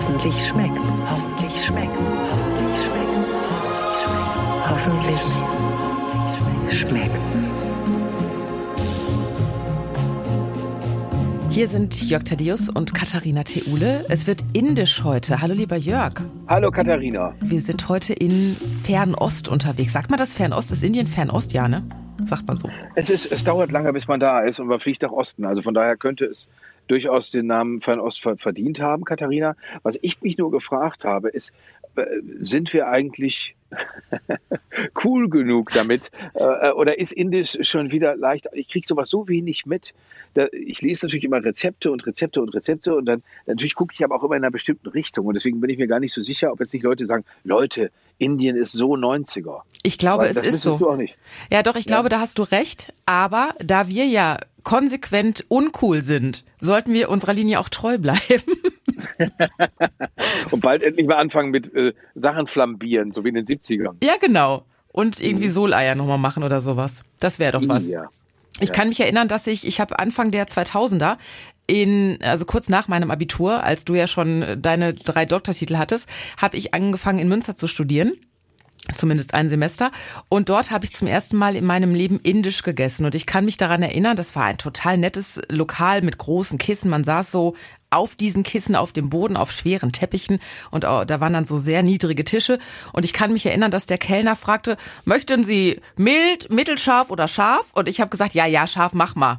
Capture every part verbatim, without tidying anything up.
Hoffentlich schmeckt's. Hoffentlich schmeckt's. Hoffentlich schmeckt's. Hoffentlich schmeckt's. Hier sind Jörg Thaddeus und Katharina Theule. Es wird indisch heute. Hallo lieber Jörg. Hallo Katharina. Wir sind heute in Fernost unterwegs. Sagt man das Fernost? Ist Indien Fernost? Ja, ne? Sagt man so. Es ist, es dauert lange, bis man da ist und man fliegt nach Osten. Also von daher könnte es durchaus den Namen Fernost verdient haben, Katharina. Was ich mich nur gefragt habe, ist, sind wir eigentlich cool genug damit? Äh, oder ist Indisch schon wieder leicht? Ich kriege sowas so wenig mit. Da, ich lese natürlich immer Rezepte und Rezepte und Rezepte und dann natürlich gucke ich aber auch immer in einer bestimmten Richtung. Und deswegen bin ich mir gar nicht so sicher, ob jetzt nicht Leute sagen, Leute, Indien ist so neunziger. Ich glaube, Weil es das ist so. Du auch nicht. Ja, doch, ich Ja? glaube, da hast du recht. Aber da wir ja konsequent uncool sind, sollten wir unserer Linie auch treu bleiben. Und bald endlich mal anfangen mit äh, Sachen flambieren, so wie in den siebzigern. Ja, genau. Und irgendwie Soleier nochmal machen oder sowas. Das wäre doch was. Ja. Ich Ja. kann mich erinnern, dass ich, ich habe Anfang der zweitausender, in, also kurz nach meinem Abitur, als du ja schon deine drei Doktortitel hattest, habe ich angefangen in Münster zu studieren. Zumindest ein Semester. Und dort habe ich zum ersten Mal in meinem Leben indisch gegessen. Und ich kann mich daran erinnern, das war ein total nettes Lokal mit großen Kissen. Man saß so auf diesen Kissen auf dem Boden, auf schweren Teppichen. Und da waren dann so sehr niedrige Tische. Und ich kann mich erinnern, dass der Kellner fragte, möchten Sie mild, mittelscharf oder scharf? Und ich habe gesagt, ja, ja, scharf, mach mal.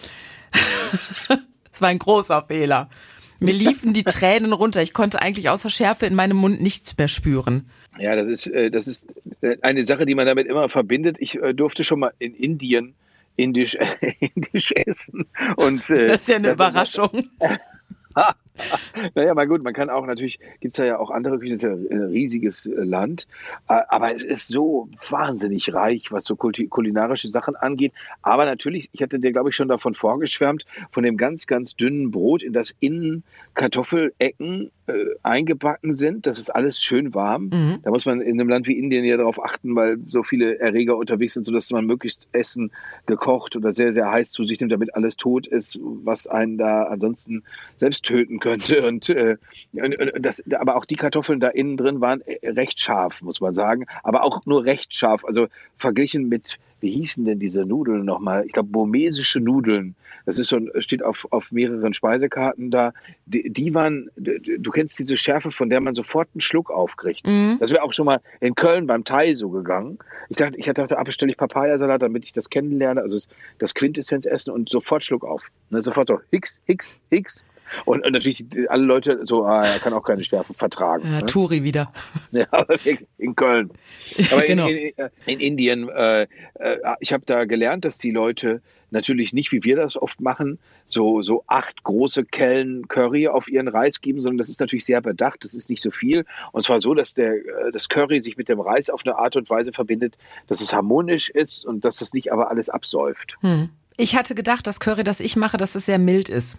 Das war ein großer Fehler. Mir liefen die Tränen runter. Ich konnte eigentlich außer Schärfe in meinem Mund nichts mehr spüren. Ja, das ist, äh, das ist eine Sache, die man damit immer verbindet. Ich äh, durfte schon mal in Indien indisch, indisch essen. Und, äh, das ist ja eine das, Überraschung. Naja, mal gut, man kann auch, natürlich gibt's da ja auch andere Küchen, das ist ja ein riesiges Land, aber es ist so wahnsinnig reich, was so kulinarische Sachen angeht. Aber natürlich, ich hatte dir, glaube ich, schon davon vorgeschwärmt, von dem ganz, ganz dünnen Brot, in das innen Kartoffelecken äh, eingebacken sind. Das ist alles schön warm. Mhm. Da muss man in einem Land wie Indien ja darauf achten, weil so viele Erreger unterwegs sind, sodass man möglichst Essen gekocht oder sehr, sehr heiß zu sich nimmt, damit alles tot ist, was einen da ansonsten selbst töten könnte. Und, äh, und, und das, aber auch die Kartoffeln da innen drin waren recht scharf, muss man sagen. Aber auch nur recht scharf. Also verglichen mit, wie hießen denn diese Nudeln nochmal? Ich glaube, burmesische Nudeln. Das ist schon, steht auf, auf mehreren Speisekarten da. Die, die waren, du kennst diese Schärfe, von der man sofort einen Schluck aufkriegt. Mhm. Das wäre auch schon mal in Köln beim Thai so gegangen. Ich dachte, ich dachte, ah, bestelle ich Papayasalat, damit ich das kennenlerne, also das Quintessenz essen und sofort Schluck auf. Ne, sofort so, Hicks, Hicks, Hicks. Und, und natürlich alle Leute so, ah, er kann auch keine Schärfe vertragen. Ja, ne? Turi wieder. Ja, aber in Köln. Aber genau. in, in, in Indien, äh, äh, ich habe da gelernt, dass die Leute natürlich nicht, wie wir das oft machen, so, so acht große Kellen Curry auf ihren Reis geben, sondern das ist natürlich sehr bedacht, das ist nicht so viel. Und zwar so, dass der, das Curry sich mit dem Reis auf eine Art und Weise verbindet, dass es harmonisch ist und dass das nicht aber alles absäuft. Hm. Ich hatte gedacht, das Curry, das ich mache, dass es sehr mild ist.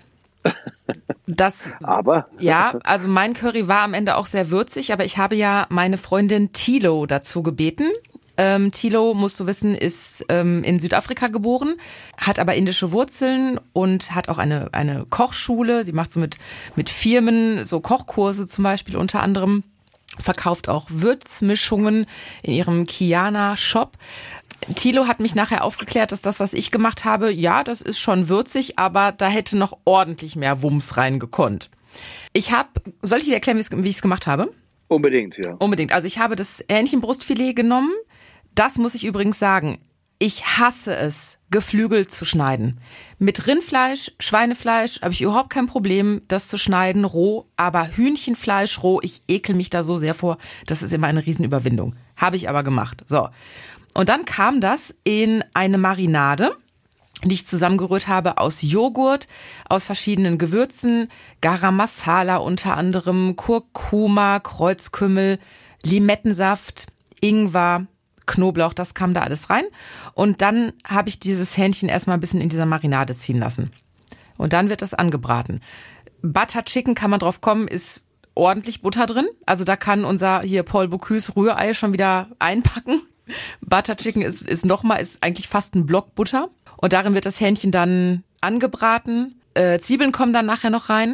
Das, aber? Ja, also mein Curry war am Ende auch sehr würzig, aber ich habe ja meine Freundin Thilo dazu gebeten. Ähm, Thilo, musst du wissen, ist ähm, in Südafrika geboren, hat aber indische Wurzeln und hat auch eine eine Kochschule. Sie macht so mit mit Firmen so Kochkurse zum Beispiel unter anderem, verkauft auch Würzmischungen in ihrem Kiana-Shop. Thilo hat mich nachher aufgeklärt, dass das, was ich gemacht habe, ja, das ist schon würzig, aber da hätte noch ordentlich mehr Wumms reingekonnt. Ich habe, soll ich dir erklären, wie ich es gemacht habe? Unbedingt, ja. Unbedingt. Also ich habe das Hähnchenbrustfilet genommen. Das muss ich übrigens sagen. Ich hasse es, geflügelt zu schneiden. Mit Rindfleisch, Schweinefleisch habe ich überhaupt kein Problem, das zu schneiden, roh. Aber Hühnchenfleisch roh, ich ekel mich da so sehr vor. Das ist immer eine Riesenüberwindung. Habe ich aber gemacht. So. Und dann kam das in eine Marinade, die ich zusammengerührt habe aus Joghurt, aus verschiedenen Gewürzen, Garam Masala unter anderem, Kurkuma, Kreuzkümmel, Limettensaft, Ingwer, Knoblauch, das kam da alles rein. Und dann habe ich dieses Hähnchen erstmal ein bisschen in dieser Marinade ziehen lassen. Und dann wird das angebraten. Butter Chicken, kann man drauf kommen, ist ordentlich Butter drin. Also da kann unser hier Paul Bocuse Rührei schon wieder einpacken. Butter Chicken ist, ist nochmal, ist eigentlich fast ein Block Butter. Und darin wird das Hähnchen dann angebraten. Äh, Zwiebeln kommen dann nachher noch rein.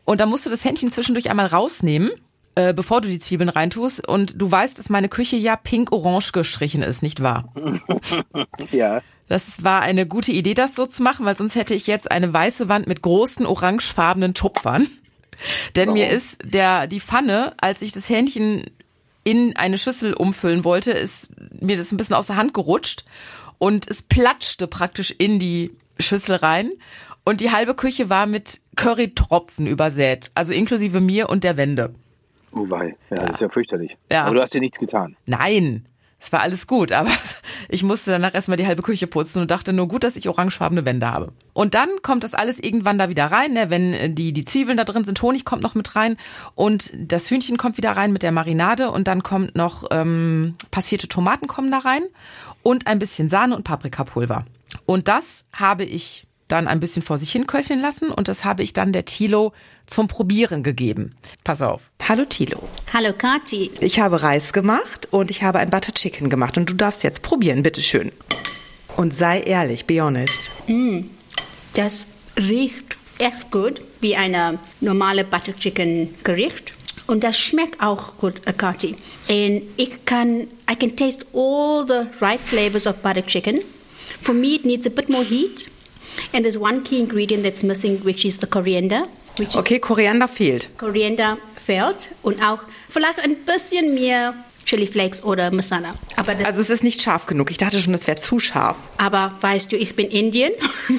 Und da musst du das Händchen zwischendurch einmal rausnehmen, äh, bevor du die Zwiebeln reintust. Und du weißt, dass meine Küche ja pink-orange gestrichen ist, nicht wahr? Ja. Das war eine gute Idee, das so zu machen, weil sonst hätte ich jetzt eine weiße Wand mit großen orangefarbenen Tupfern. Denn Warum? mir ist der die Pfanne, als ich das Hähnchen in eine Schüssel umfüllen wollte, ist mir das ein bisschen aus der Hand gerutscht und es platschte praktisch in die Schüssel rein und die halbe Küche war mit Currytropfen übersät, also inklusive mir und der Wände. Oh wei, ja, das ist ja fürchterlich. Ja. Aber du hast dir nichts getan. Nein, es war alles gut, aber ich musste danach erstmal die halbe Küche putzen und dachte nur gut, dass ich orangefarbene Wände habe. Und dann kommt das alles irgendwann da wieder rein, ne? Wenn die, die Zwiebeln da drin sind, Honig kommt noch mit rein und das Hühnchen kommt wieder rein mit der Marinade und dann kommt noch ähm, passierte Tomaten kommen da rein und ein bisschen Sahne und Paprikapulver. Und das habe ich dann ein bisschen vor sich hin köcheln lassen und das habe ich dann der Thilo zum Probieren gegeben. Pass auf. Hallo Thilo. Hallo Kathi. Ich habe Reis gemacht und ich habe ein Butter Chicken gemacht und du darfst jetzt probieren, bitteschön. Und sei ehrlich, be honest. Mm, das riecht echt gut, wie eine normale Butter Chicken Gericht. Und das schmeckt auch gut, Kathi. Und ich kann, I can taste all the right flavors of butter chicken. For me, it needs a bit more heat. And there's one key ingredient that's missing, which is the coriander. Which is Okay, Koriander fehlt. Koriander fehlt und auch vielleicht ein bisschen mehr Chili Flakes oder Masala. Aber, das, Also es ist nicht scharf genug. Ich dachte schon, es wäre zu scharf. aber weißt du, ich bin Indian.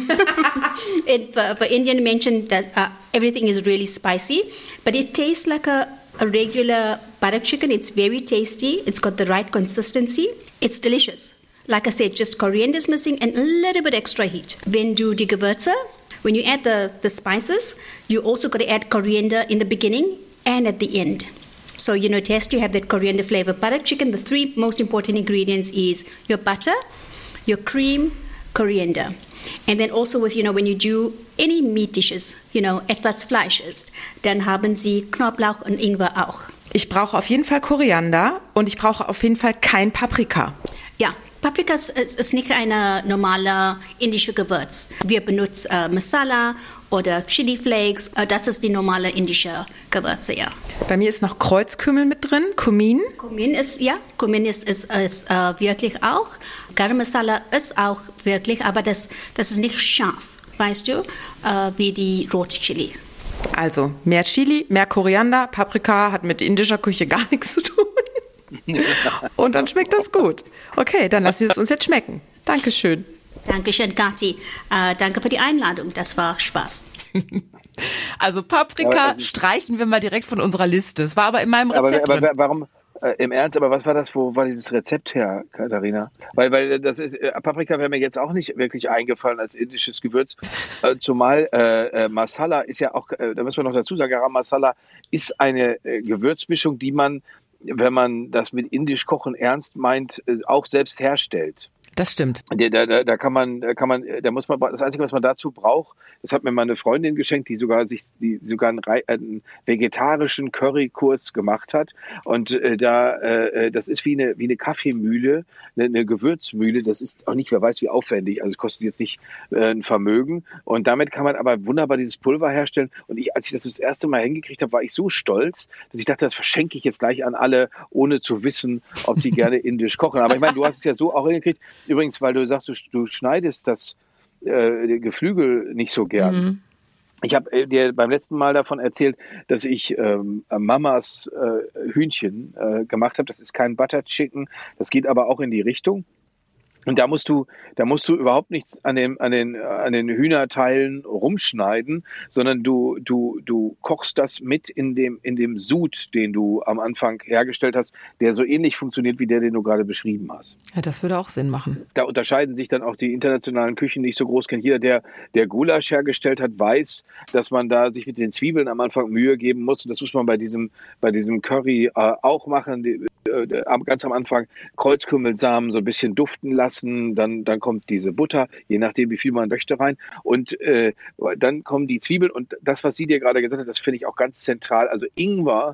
it, for, for Indian Menschen, that, uh, everything is really spicy. But it tastes like a, a regular butter chicken. It's very tasty. It's got the right consistency. It's delicious. Like I said, just coriander is missing and a little bit extra heat. Wenn du die Gewürze, when you add the, the spices, you also got to add coriander in the beginning and at the end. So, you know, it has to have that coriander flavor. Butter chicken, the three most important ingredients is your butter, your cream, coriander. And then also with, you know, when you do any meat dishes, you know, etwas Fleisch ist, dann haben sie Knoblauch und Ingwer auch. Ich brauche auf jeden Fall Koriander und ich brauche auf jeden Fall kein Paprika. Ja, Paprika ist, ist nicht eine normale indische Gewürz. Wir benutzen äh, Masala oder Chili Flakes. Äh, das ist die normale indische Gewürze, ja. Bei mir ist noch Kreuzkümmel mit drin, Kumin. Kumin ist, ja, Kumin ist, ist, ist äh, wirklich auch. Garam Masala ist auch wirklich, aber das, das ist nicht scharf, weißt du, äh, wie die rote Chili. Also mehr Chili, mehr Koriander, Paprika hat mit indischer Küche gar nichts zu tun. Und dann schmeckt das gut. Okay, dann lassen wir es uns jetzt schmecken. Dankeschön. Dankeschön, Kathi. Äh, danke für die Einladung. Das war Spaß. Also Paprika ist, streichen wir mal direkt von unserer Liste. Es war aber in meinem Rezept aber, aber drin. warum, äh, im Ernst, aber was war das, wo war dieses Rezept her, Katharina? Weil, weil das ist, äh, Paprika wäre mir jetzt auch nicht wirklich eingefallen als indisches Gewürz. Äh, zumal äh, äh, Masala ist ja auch, äh, da müssen wir noch dazu sagen, Garam Masala ist eine äh, Gewürzmischung, die man, wenn man das mit indisch Kochen ernst meint, auch selbst herstellt. Das stimmt. Da, da, da kann man, da kann man, da muss man, das Einzige, was man dazu braucht, das hat mir meine Freundin geschenkt, die sogar sich, die sogar einen, einen vegetarischen Currykurs gemacht hat. Und äh, da, äh, das ist wie eine, wie eine Kaffeemühle, eine, eine Gewürzmühle. Das ist auch nicht, wer weiß, wie aufwendig. Also es kostet jetzt nicht äh, ein Vermögen. Und damit kann man aber wunderbar dieses Pulver herstellen. Und ich, als ich das das erste Mal hingekriegt habe, war ich so stolz, dass ich dachte, das verschenke ich jetzt gleich an alle, ohne zu wissen, ob die gerne indisch kochen. Aber ich meine, du hast es ja so auch hingekriegt. Übrigens, weil du sagst, du, du schneidest das äh, Geflügel nicht so gern. Mhm. Ich habe äh, dir beim letzten Mal davon erzählt, dass ich ähm, Mamas äh, Hühnchen äh, gemacht habe. Das ist kein Butter Chicken, das geht aber auch in die Richtung. Und da musst du, da musst du überhaupt nichts an dem, an den, an den Hühnerteilen rumschneiden, sondern du, du, du kochst das mit in dem, in dem Sud, den du am Anfang hergestellt hast, der so ähnlich funktioniert wie der, den du gerade beschrieben hast. Ja, das würde auch Sinn machen. Da unterscheiden sich dann auch die internationalen Küchen nicht so groß. Kennt jeder, der, der Gulasch hergestellt hat, weiß, dass man da sich mit den Zwiebeln am Anfang Mühe geben muss. Und das muss man bei diesem, bei diesem Curry äh, auch machen. Die, äh, ganz am Anfang Kreuzkümmelsamen so ein bisschen duften lassen. Dann, dann kommt diese Butter, je nachdem, wie viel man möchte, rein. Und äh, dann kommen die Zwiebeln. Und das, was sie dir gerade gesagt hat, das finde ich auch ganz zentral. Also Ingwer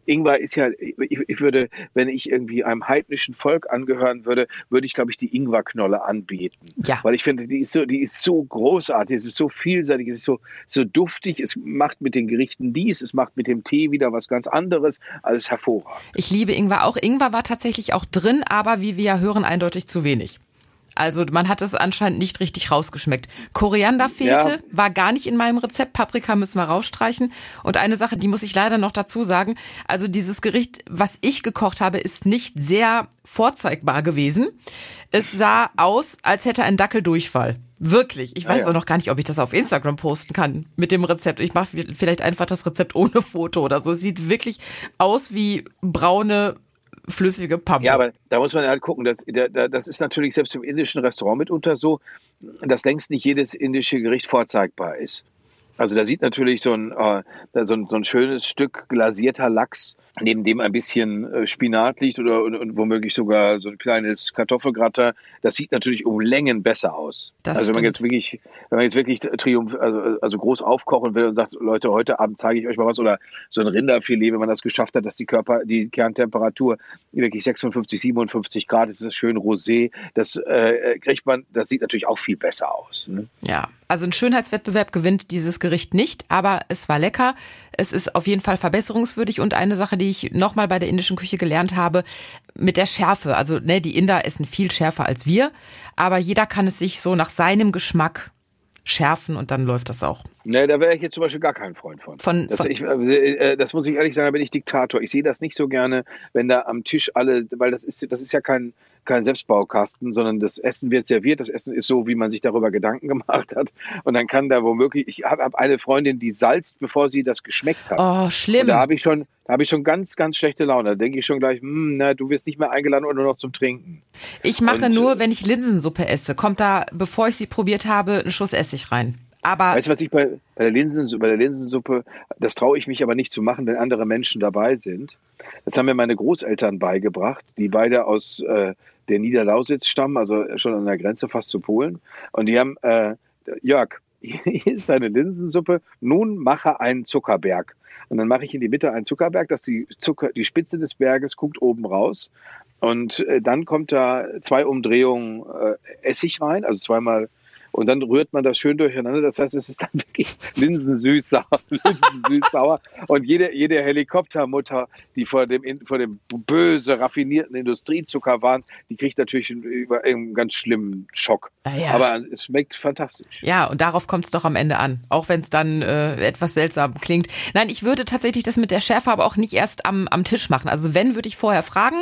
Ingwer ist ja, ich, ich würde, wenn ich irgendwie einem heidnischen Volk angehören würde, würde ich, glaube ich, die Ingwerknolle anbieten. Ja. Weil ich finde, die ist so, die ist so großartig, es ist so vielseitig, es ist so, so duftig, es macht mit den Gerichten dies, es macht mit dem Tee wieder was ganz anderes, alles hervorragend. Ich liebe Ingwer auch. Ingwer war tatsächlich auch drin, aber wie wir ja hören, eindeutig zu wenig. Also man hat es anscheinend nicht richtig rausgeschmeckt. Koriander fehlte, ja. War gar nicht in meinem Rezept. Paprika müssen wir rausstreichen. Und eine Sache, die muss ich leider noch dazu sagen. Also dieses Gericht, was ich gekocht habe, ist nicht sehr vorzeigbar gewesen. Es sah aus, als hätte ein Dackel Durchfall. Wirklich. Ich weiß ah, ja. auch noch gar nicht, ob ich das auf Instagram posten kann mit dem Rezept. Ich mache vielleicht einfach das Rezept ohne Foto oder so. Es sieht wirklich aus wie braune flüssige Pappe. Ja, aber da muss man halt gucken, das, das ist natürlich selbst im indischen Restaurant mitunter so, dass längst nicht jedes indische Gericht vorzeigbar ist. Also da sieht natürlich so ein, äh, so ein, so ein schönes Stück glasierter Lachs, neben dem ein bisschen äh, Spinat liegt oder und, und womöglich sogar so ein kleines Kartoffelgratin. Das sieht natürlich um Längen besser aus. Das also wenn man jetzt wirklich, wenn man jetzt wirklich Triumph, also, also groß aufkochen will und sagt, Leute, heute Abend zeige ich euch mal was, oder so ein Rinderfilet, wenn man das geschafft hat, dass die Körper, die Kerntemperatur wirklich sechsundfünfzig, siebenundfünfzig Grad ist, das ist schön rosé. Das äh, kriegt man, das sieht natürlich auch viel besser aus. Ne? Ja, also ein Schönheitswettbewerb gewinnt dieses Gericht nicht, aber es war lecker. Es ist auf jeden Fall verbesserungswürdig und eine Sache, die ich nochmal bei der indischen Küche gelernt habe, mit der Schärfe. Also ne, die Inder essen viel schärfer als wir, aber jeder kann es sich so nach seinem Geschmack schärfen und dann läuft das auch. Ne, da wäre ich jetzt zum Beispiel gar kein Freund von. von, das, von ich, äh, das muss ich ehrlich sagen, da bin ich Diktator. Ich sehe das nicht so gerne, wenn da am Tisch alle, weil das ist, das ist ja kein, kein Selbstbaukasten, sondern das Essen wird serviert. Das Essen ist so, wie man sich darüber Gedanken gemacht hat. Und dann kann da womöglich, ich habe hab eine Freundin, die salzt, bevor sie das geschmeckt hat. Oh, schlimm. Und da habe ich schon, da habe ich schon ganz, ganz schlechte Laune. Da denke ich schon gleich, hm, na, du wirst nicht mehr eingeladen oder nur noch zum Trinken. Ich mache Und, nur, wenn ich Linsensuppe esse, kommt da, bevor ich sie probiert habe, ein Schuss Essig rein. Aber weißt du, was ich bei, bei, der Linsen, bei der Linsensuppe, das traue ich mich aber nicht zu machen, wenn andere Menschen dabei sind. Das haben mir meine Großeltern beigebracht, die beide aus äh, der Niederlausitz stammen, also schon an der Grenze fast zu Polen. Und die haben, äh, Jörg, hier ist deine Linsensuppe, nun mache einen Zuckerberg. Und dann mache ich in die Mitte einen Zuckerberg, dass die, Zucker, die Spitze des Berges guckt oben raus. Und äh, dann kommt da zwei Umdrehungen äh, Essig rein, also zweimal. Und dann rührt man das schön durcheinander. Das heißt, es ist dann wirklich linsensüß-sauer. Linsensüß-sauer. Und jede, jede Helikoptermutter, die vor dem, vor dem böse raffinierten Industriezucker warnt, die kriegt natürlich einen, einen ganz schlimmen Schock. Ah, ja. Aber es schmeckt fantastisch. Ja, und darauf kommt es doch am Ende an. Auch wenn es dann äh, etwas seltsam klingt. Nein, ich würde tatsächlich das mit der Schärfe aber auch nicht erst am, am Tisch machen. Also wenn, würde ich vorher fragen,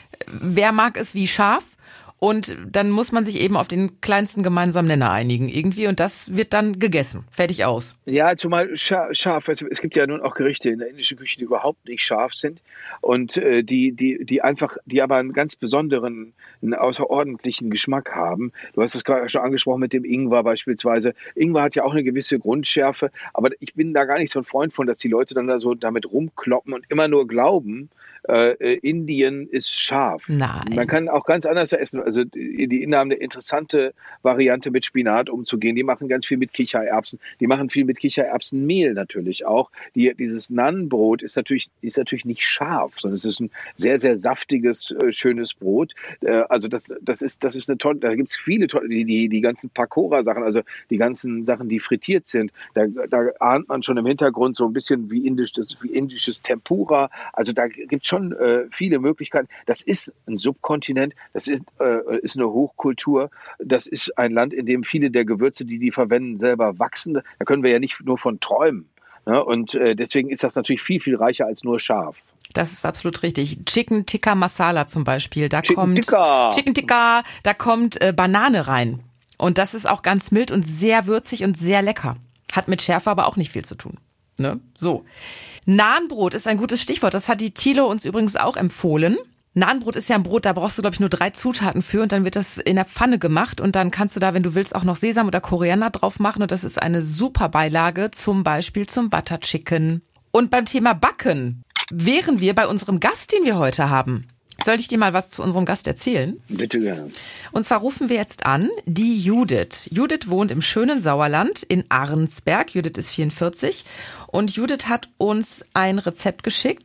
wer mag es wie scharf? Und dann muss man sich eben auf den kleinsten gemeinsamen Nenner einigen irgendwie und das wird dann gegessen. Fertig aus. Ja, zumal scharf. Es, es gibt ja nun auch Gerichte in der indischen Küche, die überhaupt nicht scharf sind und äh, die, die, die einfach, die aber einen ganz besonderen, einen außerordentlichen Geschmack haben. Du hast das gerade schon angesprochen mit dem Ingwer beispielsweise. Ingwer hat ja auch eine gewisse Grundschärfe, aber ich bin da gar nicht so ein Freund von, dass die Leute dann da so damit rumkloppen und immer nur glauben, äh, Indien ist scharf. Nein. Man kann auch ganz anders essen. Also die, die Inder haben eine interessante Variante mit Spinat umzugehen. Die machen ganz viel mit Kichererbsen. Die machen viel mit Kichererbsenmehl natürlich auch. Die, dieses Naan-Brot ist natürlich, ist natürlich nicht scharf, sondern es ist ein sehr, sehr saftiges, äh, schönes Brot. Äh, also das, das ist, das ist eine tolle, da gibt es viele tolle, die, die, die ganzen Pakora-Sachen, also die ganzen Sachen, die frittiert sind. Da, da ahnt man schon im Hintergrund so ein bisschen wie, indisch, das, wie indisches Tempura. Also da gibt es schon äh, viele Möglichkeiten. Das ist ein Subkontinent, das ist, äh, ist eine Hochkultur, das ist ein Land, in dem viele der Gewürze, die die verwenden, selber wachsen. Da können wir ja nicht nur von träumen. Ne? Und äh, deswegen ist das natürlich viel, viel reicher als nur scharf. Das ist absolut richtig. Chicken Tikka Masala zum Beispiel, da Chicken kommt Tikka. Chicken Tikka, da kommt äh, Banane rein. Und das ist auch ganz mild und sehr würzig und sehr lecker. Hat mit Schärfe aber auch nicht viel zu tun. Ne? So. Nahenbrot ist ein gutes Stichwort. Das hat die Thilo uns übrigens auch empfohlen. Nahenbrot ist ja ein Brot, da brauchst du, glaube ich, nur drei Zutaten für und dann wird das in der Pfanne gemacht und dann kannst du da, wenn du willst, auch noch Sesam oder Koriander drauf machen und das ist eine super Beilage, zum Beispiel zum Butter Chicken. Und beim Thema Backen wären wir bei unserem Gast, den wir heute haben. Soll ich dir mal was zu unserem Gast erzählen? Bitte gerne. Und zwar rufen wir jetzt an die Judith. Judith wohnt im schönen Sauerland in Arnsberg. Judith ist vierundvierzig und Judith hat uns ein Rezept geschickt.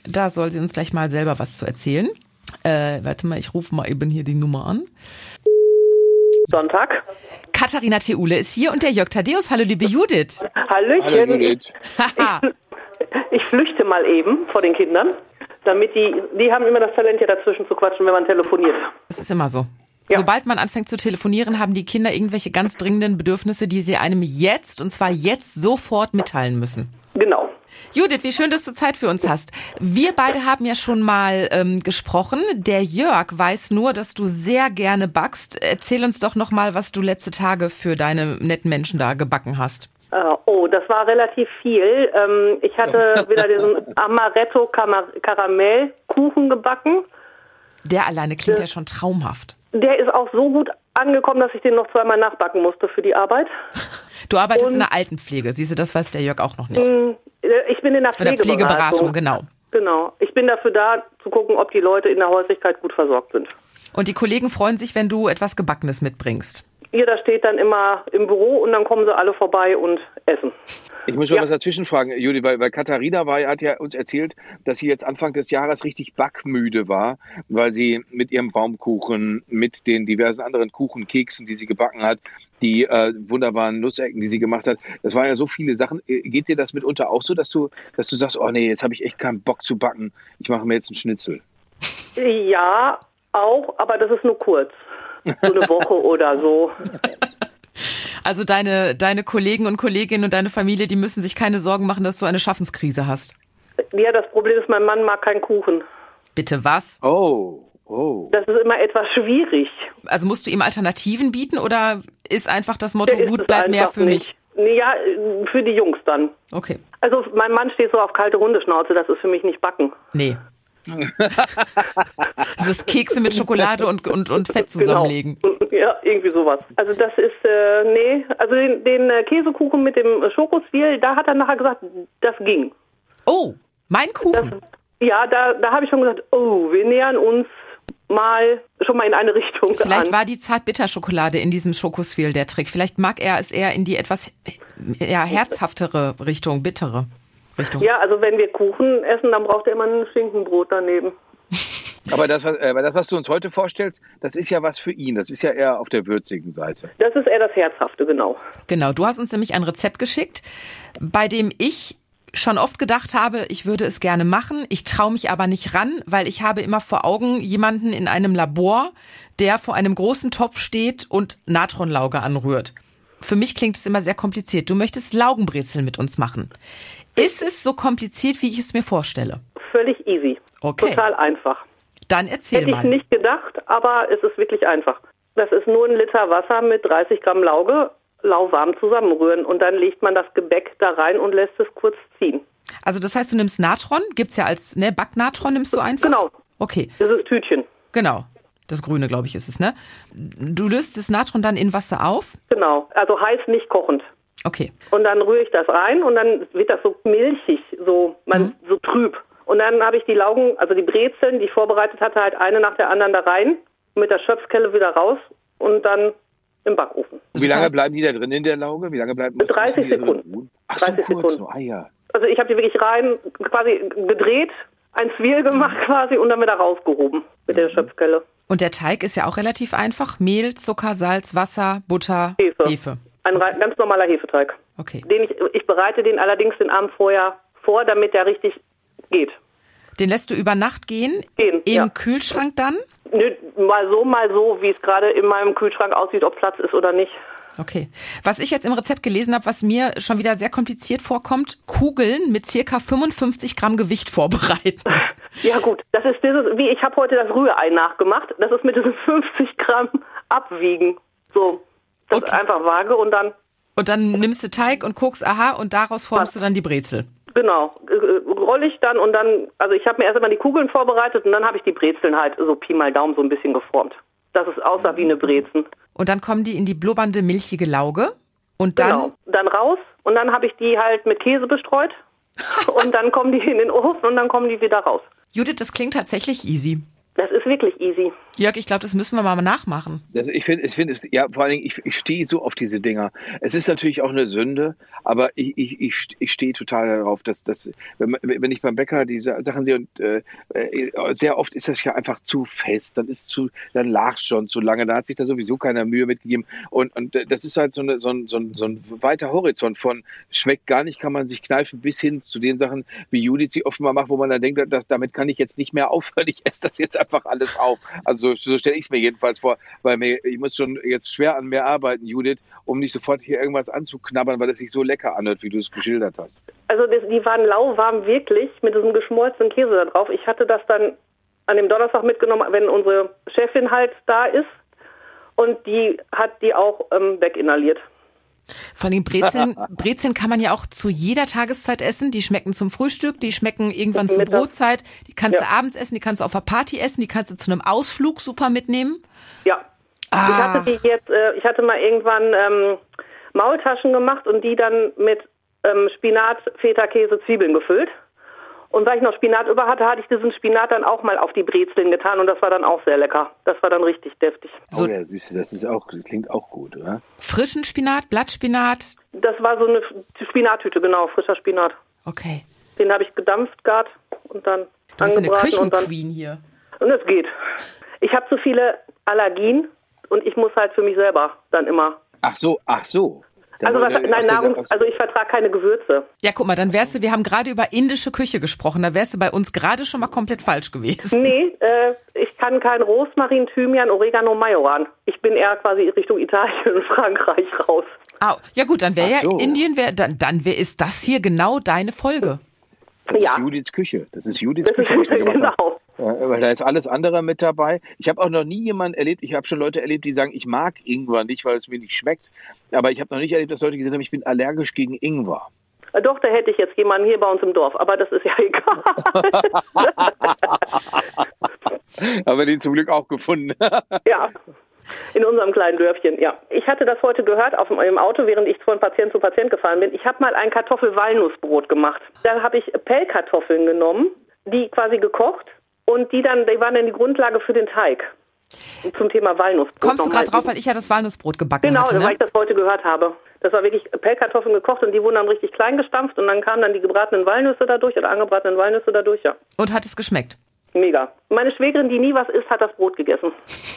Da soll sie uns gleich mal selber was zu erzählen. Äh, warte mal, ich rufe mal eben hier die Nummer an. Sonntag. Katharina Theule ist hier und der Jörg Thaddeus. Hallo, liebe Judith. Hallöchen. Hallo, Judith. Ich flüchte mal eben vor den Kindern, damit die, die haben immer das Talent, ja dazwischen zu quatschen, wenn man telefoniert. Das ist immer so. Ja. Sobald man anfängt zu telefonieren, haben die Kinder irgendwelche ganz dringenden Bedürfnisse, die sie einem jetzt, und zwar jetzt sofort mitteilen müssen. Genau. Judith, wie schön, dass du Zeit für uns hast. Wir beide haben ja schon mal ähm, gesprochen. Der Jörg weiß nur, dass du sehr gerne backst. Erzähl uns doch noch mal, was du letzte Tage für deine netten Menschen da gebacken hast. Uh, oh, das war relativ viel. Ähm, ich hatte wieder diesen Amaretto Karamell Kuchen gebacken. Der alleine klingt ja. ja schon traumhaft. Der ist auch so gut angekommen, dass ich den noch zweimal nachbacken musste für die Arbeit. Du arbeitest Und, in der Altenpflege, siehst du, das weiß der Jörg auch noch nicht. Ich bin in der Pflegeberatung. In der Pflegeberatung, genau. Genau. Ich bin dafür da, zu gucken, ob die Leute in der Häuslichkeit gut versorgt sind. Und die Kollegen freuen sich, wenn du etwas Gebackenes mitbringst. Jeder steht dann immer im Büro und dann kommen sie alle vorbei und essen. Ich muss schon Ja. was dazwischen fragen, Judith, weil, weil Katharina war, hat ja uns erzählt, dass sie jetzt Anfang des Jahres richtig backmüde war, weil sie mit ihrem Baumkuchen, mit den diversen anderen Kuchenkeksen, die sie gebacken hat, die äh, wunderbaren Nussecken, die sie gemacht hat, das waren ja so viele Sachen. Geht dir das mitunter auch so, dass du, dass du sagst, oh nee, jetzt habe ich echt keinen Bock zu backen, ich mache mir jetzt einen Schnitzel? Ja, auch, aber das ist nur kurz. So eine Woche oder so. Also deine, deine Kollegen und Kolleginnen und deine Familie, die müssen sich keine Sorgen machen, dass du eine Schaffenskrise hast. Ja, das Problem ist, mein Mann mag keinen Kuchen. Bitte was? Oh, oh. Das ist immer etwas schwierig. Also musst du ihm Alternativen bieten oder ist einfach das Motto, Der isst gut, es bleib mehr einfach für nicht. mich? Ja, für die Jungs dann. Okay. Also mein Mann steht so auf kalte Hundeschnauze, das ist für mich nicht backen. Nee. Das ist Kekse mit Schokolade und, und, und Fett zusammenlegen. Genau. Ja, irgendwie sowas. Also das ist, äh, nee, also den, den äh, Käsekuchen mit dem Schokoswiel, da hat er nachher gesagt, das ging. Oh, mein Kuchen. Das, ja, da, da habe ich schon gesagt, oh, wir nähern uns mal schon mal in eine Richtung Vielleicht an. war die Zartbitterschokolade in diesem Schokoswiel der Trick. Vielleicht mag er es eher in die etwas ja, herzhaftere Richtung, bittere Richtung. Ja, also wenn wir Kuchen essen, dann braucht er immer ein Schinkenbrot daneben. Aber das, was, äh, das, was du uns heute vorstellst, das ist ja was für ihn. Das ist ja eher auf der würzigen Seite. Das ist eher das Herzhafte, genau. Genau, du hast uns nämlich ein Rezept geschickt, bei dem ich schon oft gedacht habe, ich würde es gerne machen. Ich traue mich aber nicht ran, weil ich habe immer vor Augen jemanden in einem Labor, der vor einem großen Topf steht und Natronlauge anrührt. Für mich klingt es immer sehr kompliziert. Du möchtest Laugenbrezeln mit uns machen. Ist es so kompliziert, wie ich es mir vorstelle? Völlig easy. Okay. Total einfach. Dann erzähl Hätte mal. ich nicht gedacht, aber es ist wirklich einfach. Das ist nur ein Liter Wasser mit dreißig Gramm Lauge, lauwarm zusammenrühren und dann legt man das Gebäck da rein und lässt es kurz ziehen. Also das heißt, du nimmst Natron, gibt's ja als, ne, Backnatron nimmst du einfach? Genau. Okay, Dieses Tütchen. genau. Das Grüne, glaube ich, ist es, ne? Du löst das Natron dann in Wasser auf? Genau. Also heiß, nicht kochend. Okay. Und dann rühre ich das rein und dann wird das so milchig, so, man, Mhm. so trüb. Und dann habe ich die Laugen, also die Brezeln, die ich vorbereitet hatte, halt eine nach der anderen da rein, mit der Schöpfkelle wieder raus und dann im Backofen. Wie Das lange heißt- bleiben die da drin in der Lauge? Wie lange bleiben Mit dreißig müssen die da drin Sekunden. ruhen? Ach so, dreißig kurz Sekunden. nur. Ah ja. Also ich habe die wirklich rein, quasi gedreht, ein Zwiel gemacht quasi und dann wieder rausgehoben mit der Schöpfkelle. Und der Teig ist ja auch relativ einfach. Mehl, Zucker, Salz, Wasser, Butter, Hefe. Hefe. Ein rei- ganz normaler Hefeteig. Okay. Den ich, ich bereite den allerdings den Abend vorher vor, damit der richtig geht. Den lässt du über Nacht gehen? Gehen, Im ja. Kühlschrank dann? Nö, mal so, mal so, wie es gerade in meinem Kühlschrank aussieht, ob Platz ist oder nicht. Okay. Was ich jetzt im Rezept gelesen habe, was mir schon wieder sehr kompliziert vorkommt, Kugeln mit circa fünfundfünfzig Gramm Gewicht vorbereiten. Ja gut, das ist dieses, wie ich habe heute das Rührei nachgemacht. Das ist mit diesen fünfzig Gramm abwiegen. So, das Okay. ist einfach vage und dann, Und dann nimmst du Teig und guckst, aha, und daraus formst du dann die Brezel. genau, äh, rolle ich dann und dann, also ich habe mir erst einmal die Kugeln vorbereitet und dann habe ich die Brezeln halt so Pi mal Daumen so ein bisschen geformt. Dass es aussah wie eine Brezen. Und dann kommen die in die blubbernde, milchige Lauge. Und dann, Genau, dann raus und dann habe ich die halt mit Käse bestreut und dann kommen die in den Ofen und dann kommen die wieder raus. Judith, das klingt tatsächlich easy. Das ist wirklich easy. Jörg, ich glaube, das müssen wir mal nachmachen. Das, ich finde, ich finde es, ja, vor allen Dingen, ich, ich stehe so auf diese Dinger. Es ist natürlich auch eine Sünde, aber ich, ich, ich, ich stehe total darauf, dass, dass wenn, wenn ich beim Bäcker diese Sachen sehe und äh, sehr oft ist das ja einfach zu fest, dann ist zu, dann lag schon zu lange, da hat sich da sowieso keiner Mühe mitgegeben und, und das ist halt so, eine, so, ein, so, ein, so ein weiter Horizont von schmeckt gar nicht, kann man sich kneifen, bis hin zu den Sachen, wie Judith sie offenbar macht, wo man dann denkt, dass, damit kann ich jetzt nicht mehr aufhören, ich esse das jetzt einfach alles auf. Also so, so stelle ich es mir jedenfalls vor, weil mir, ich muss schon jetzt schwer an mir arbeiten, Judith, um nicht sofort hier irgendwas anzuknabbern, weil es sich so lecker anhört, wie du es geschildert hast. Also das, die waren lauwarm wirklich mit diesem geschmolzenen Käse da drauf. Ich hatte das dann an dem Donnerstag mitgenommen, wenn unsere Chefin halt da ist und die hat die auch ähm, weginhaliert. Von den Brezeln, Brezeln kann man ja auch zu jeder Tageszeit essen. Die schmecken zum Frühstück, die schmecken irgendwann zur Brotzeit. Die kannst ja. du abends essen, die kannst du auf der Party essen, die kannst du zu einem Ausflug super mitnehmen. Ja, ah. ich hatte die jetzt, äh, ich hatte mal irgendwann ähm, Maultaschen gemacht und die dann mit ähm, Spinat, Feta, Käse, Zwiebeln gefüllt. Und weil ich noch Spinat über hatte, hatte ich diesen Spinat dann auch mal auf die Brezeln getan und das war dann auch sehr lecker. Das war dann richtig deftig. Oh ja, siehst du, das ist auch, das klingt auch gut, oder? Frischen Spinat, Blattspinat? Das war so eine Spinattüte, genau, frischer Spinat. Okay. Den habe ich gedampft gerade und dann du bist angebraten. Eine und dann Küchenqueen hier. Und es geht. Ich habe zu viele Allergien und ich muss halt für mich selber dann immer. Ach so, ach so. Also was, nein, Nahrung, also ich vertrage keine Gewürze. Ja, guck mal, dann wärst du, wir haben gerade über indische Küche gesprochen, da wärst du bei uns gerade schon mal komplett falsch gewesen. Nee, äh, ich kann kein Rosmarin, Thymian, Oregano, Majoran. Ich bin eher quasi Richtung Italien und Frankreich raus. Ah, ja gut, dann wäre so. ja Indien, wär, dann, dann wär, ist das hier genau deine Folge. Das ja. ist Judiths Küche. Das ist Judiths das Küche. Ist, genau. Ja, weil da ist alles andere mit dabei. Ich habe auch noch nie jemanden erlebt, ich habe schon Leute erlebt, die sagen, ich mag Ingwer nicht, weil es mir nicht schmeckt. Aber ich habe noch nicht erlebt, dass Leute gesagt haben, ich bin allergisch gegen Ingwer. Doch, da hätte ich jetzt jemanden hier bei uns im Dorf, aber das ist ja egal. Aber den zum Glück auch gefunden. Ja, in unserem kleinen Dörfchen, ja. Ich hatte das heute gehört auf dem Auto, während ich von Patient zu Patient gefahren bin. Ich habe mal ein Kartoffel-Walnussbrot gemacht. Da habe ich Pellkartoffeln genommen, die quasi gekocht und die dann, die waren dann die Grundlage für den Teig. Zum Thema Walnussbrot. Kommst du gerade drauf, weil ich ja das Walnussbrot gebacken genau, hatte, ne? Genau, weil ich das heute gehört habe. Das war wirklich Pellkartoffeln gekocht und die wurden dann richtig klein gestampft und dann kamen dann die gebratenen Walnüsse dadurch oder angebratenen Walnüsse dadurch, ja. Und hat es geschmeckt? Mega. Meine Schwägerin, die nie was isst, hat das Brot gegessen.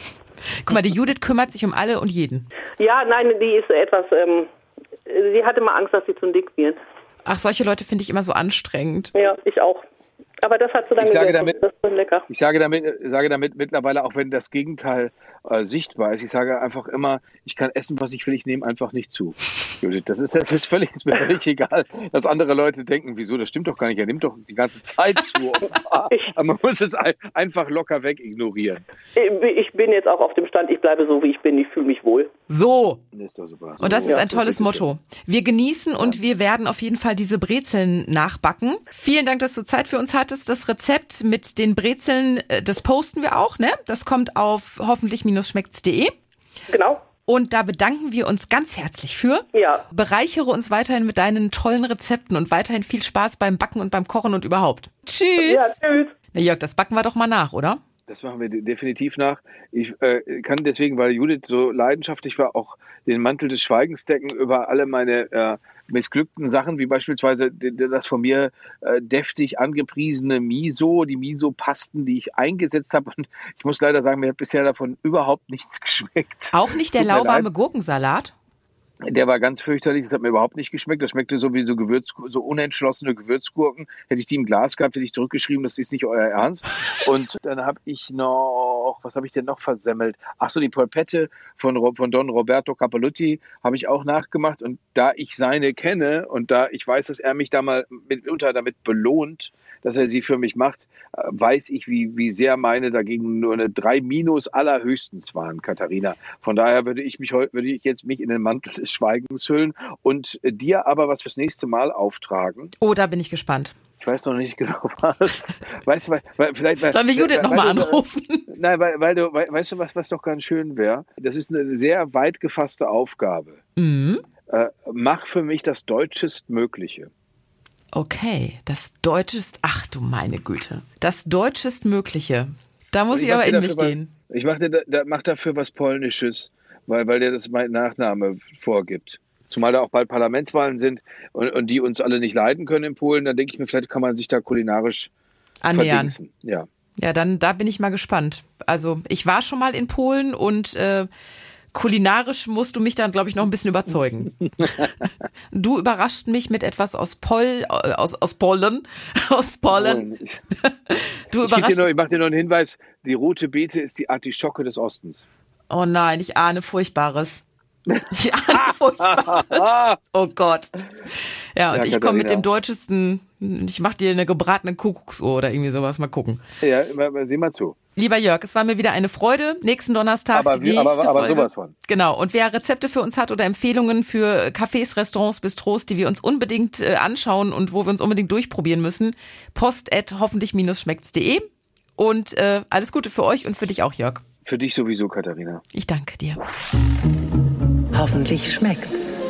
Guck mal, die Judith kümmert sich um alle und jeden. Ja, nein, die ist etwas, ähm, sie hatte mal Angst, dass sie zu dick wird. Ach, solche Leute finde ich immer so anstrengend. Ja, ich auch. Aber das hat so lange ich sage gegessen. damit, das ist lecker. Ich sage damit, sage damit mittlerweile, auch wenn das Gegenteil äh, sichtbar ist, ich sage einfach immer, ich kann essen, was ich will, ich nehme einfach nicht zu. Judith, das ist, das ist völlig, ist mir völlig egal, dass andere Leute denken, wieso, das stimmt doch gar nicht, er nimmt doch die ganze Zeit zu. Aber man muss es einfach locker weg ignorieren. Ich bin jetzt auch auf dem Stand, ich bleibe so, wie ich bin, ich fühle mich wohl. So. Das ist doch super. Und das ist ja, ein tolles Motto. Wir genießen und ja. wir werden auf jeden Fall diese Brezeln nachbacken. Vielen Dank, dass du Zeit für uns hattest. Das Rezept mit den Brezeln, das posten wir auch, ne? Das kommt auf hoffentlich schmeckt's punkt de. Genau. Und da bedanken wir uns ganz herzlich für. Ja. Bereichere uns weiterhin mit deinen tollen Rezepten und weiterhin viel Spaß beim Backen und beim Kochen und überhaupt. Tschüss. Ja, tschüss. Na Jörg, das backen wir doch mal nach, oder? Das machen wir definitiv nach. Ich äh, kann deswegen, weil Judith so leidenschaftlich war, auch den Mantel des Schweigens decken über alle meine äh, missglückten Sachen, wie beispielsweise das von mir äh, deftig angepriesene Miso, die Miso-Pasten, die ich eingesetzt habe. Und ich muss leider sagen, mir hat bisher davon überhaupt nichts geschmeckt. Auch nicht der lauwarme Gurkensalat? Der war ganz fürchterlich, das hat mir überhaupt nicht geschmeckt. Das schmeckte so wie so, Gewürz, so unentschlossene Gewürzgurken. Hätte ich die im Glas gehabt, hätte ich zurückgeschrieben, das ist nicht euer Ernst. Und dann habe ich noch, was habe ich denn noch versemmelt? Ach so, die Polpette von, von Don Roberto Capelutti habe ich auch nachgemacht. Und da ich seine kenne und da ich weiß, dass er mich da mal mitunter damit belohnt, dass er sie für mich macht, weiß ich, wie, wie sehr meine dagegen nur eine drei Minus allerhöchstens waren, Katharina. Von daher würde ich mich heute, würde ich jetzt mich in den Mantel des Schweigens hüllen und dir aber was fürs nächste Mal auftragen. Oh, da bin ich gespannt. Ich weiß noch nicht genau was. Weißt du, weil, weil, vielleicht, weil, Sollen wir Judith nochmal anrufen? Nein, weil, weil du, weil, weißt du, was, was doch ganz schön wäre? Das ist eine sehr weit gefasste Aufgabe. Mhm. Äh, mach für mich das Deutschestmögliche. Okay, das Deutschest, ach du meine Güte. Das Deutschestmögliche. Da muss ich ich aber in dafür mich was, gehen. Ich mache da, da, mach dafür was Polnisches, weil, weil der das mein Nachname vorgibt. Zumal da auch bald Parlamentswahlen sind und, und die uns alle nicht leiden können in Polen, dann denke ich mir, vielleicht kann man sich da kulinarisch annähern. verdingsen. Ja. Ja, dann da bin ich mal gespannt. Also ich war schon mal in Polen und äh, kulinarisch musst du mich dann, glaube ich, noch ein bisschen überzeugen. Du überrascht mich mit etwas aus Pol, aus, aus Polen. Aus Polen. Du ich, überrascht dir noch, ich mache dir noch einen Hinweis, die rote Beete ist die Artischocke des Ostens. Oh nein, ich ahne Furchtbares. Ich ahne Furchtbares. Oh Gott. Ja, und Ja, ich komme mit Katharina. dem deutschesten, ich mache dir eine gebratene Kuckucksuhr oder irgendwie sowas, mal gucken. Ja, immer, sieh mal zu. Lieber Jörg, es war mir wieder eine Freude. Nächsten Donnerstag Aber die wie- nächste aber- aber Folge. sowas von. Genau. Und wer Rezepte für uns hat oder Empfehlungen für Cafés, Restaurants, Bistros, die wir uns unbedingt äh, anschauen und wo wir uns unbedingt durchprobieren müssen, post at hoffentlich-schmeckt's.de. Und äh, alles Gute für euch und für dich auch, Jörg. Für dich sowieso, Katharina. Ich danke dir. Hoffentlich schmeckt's.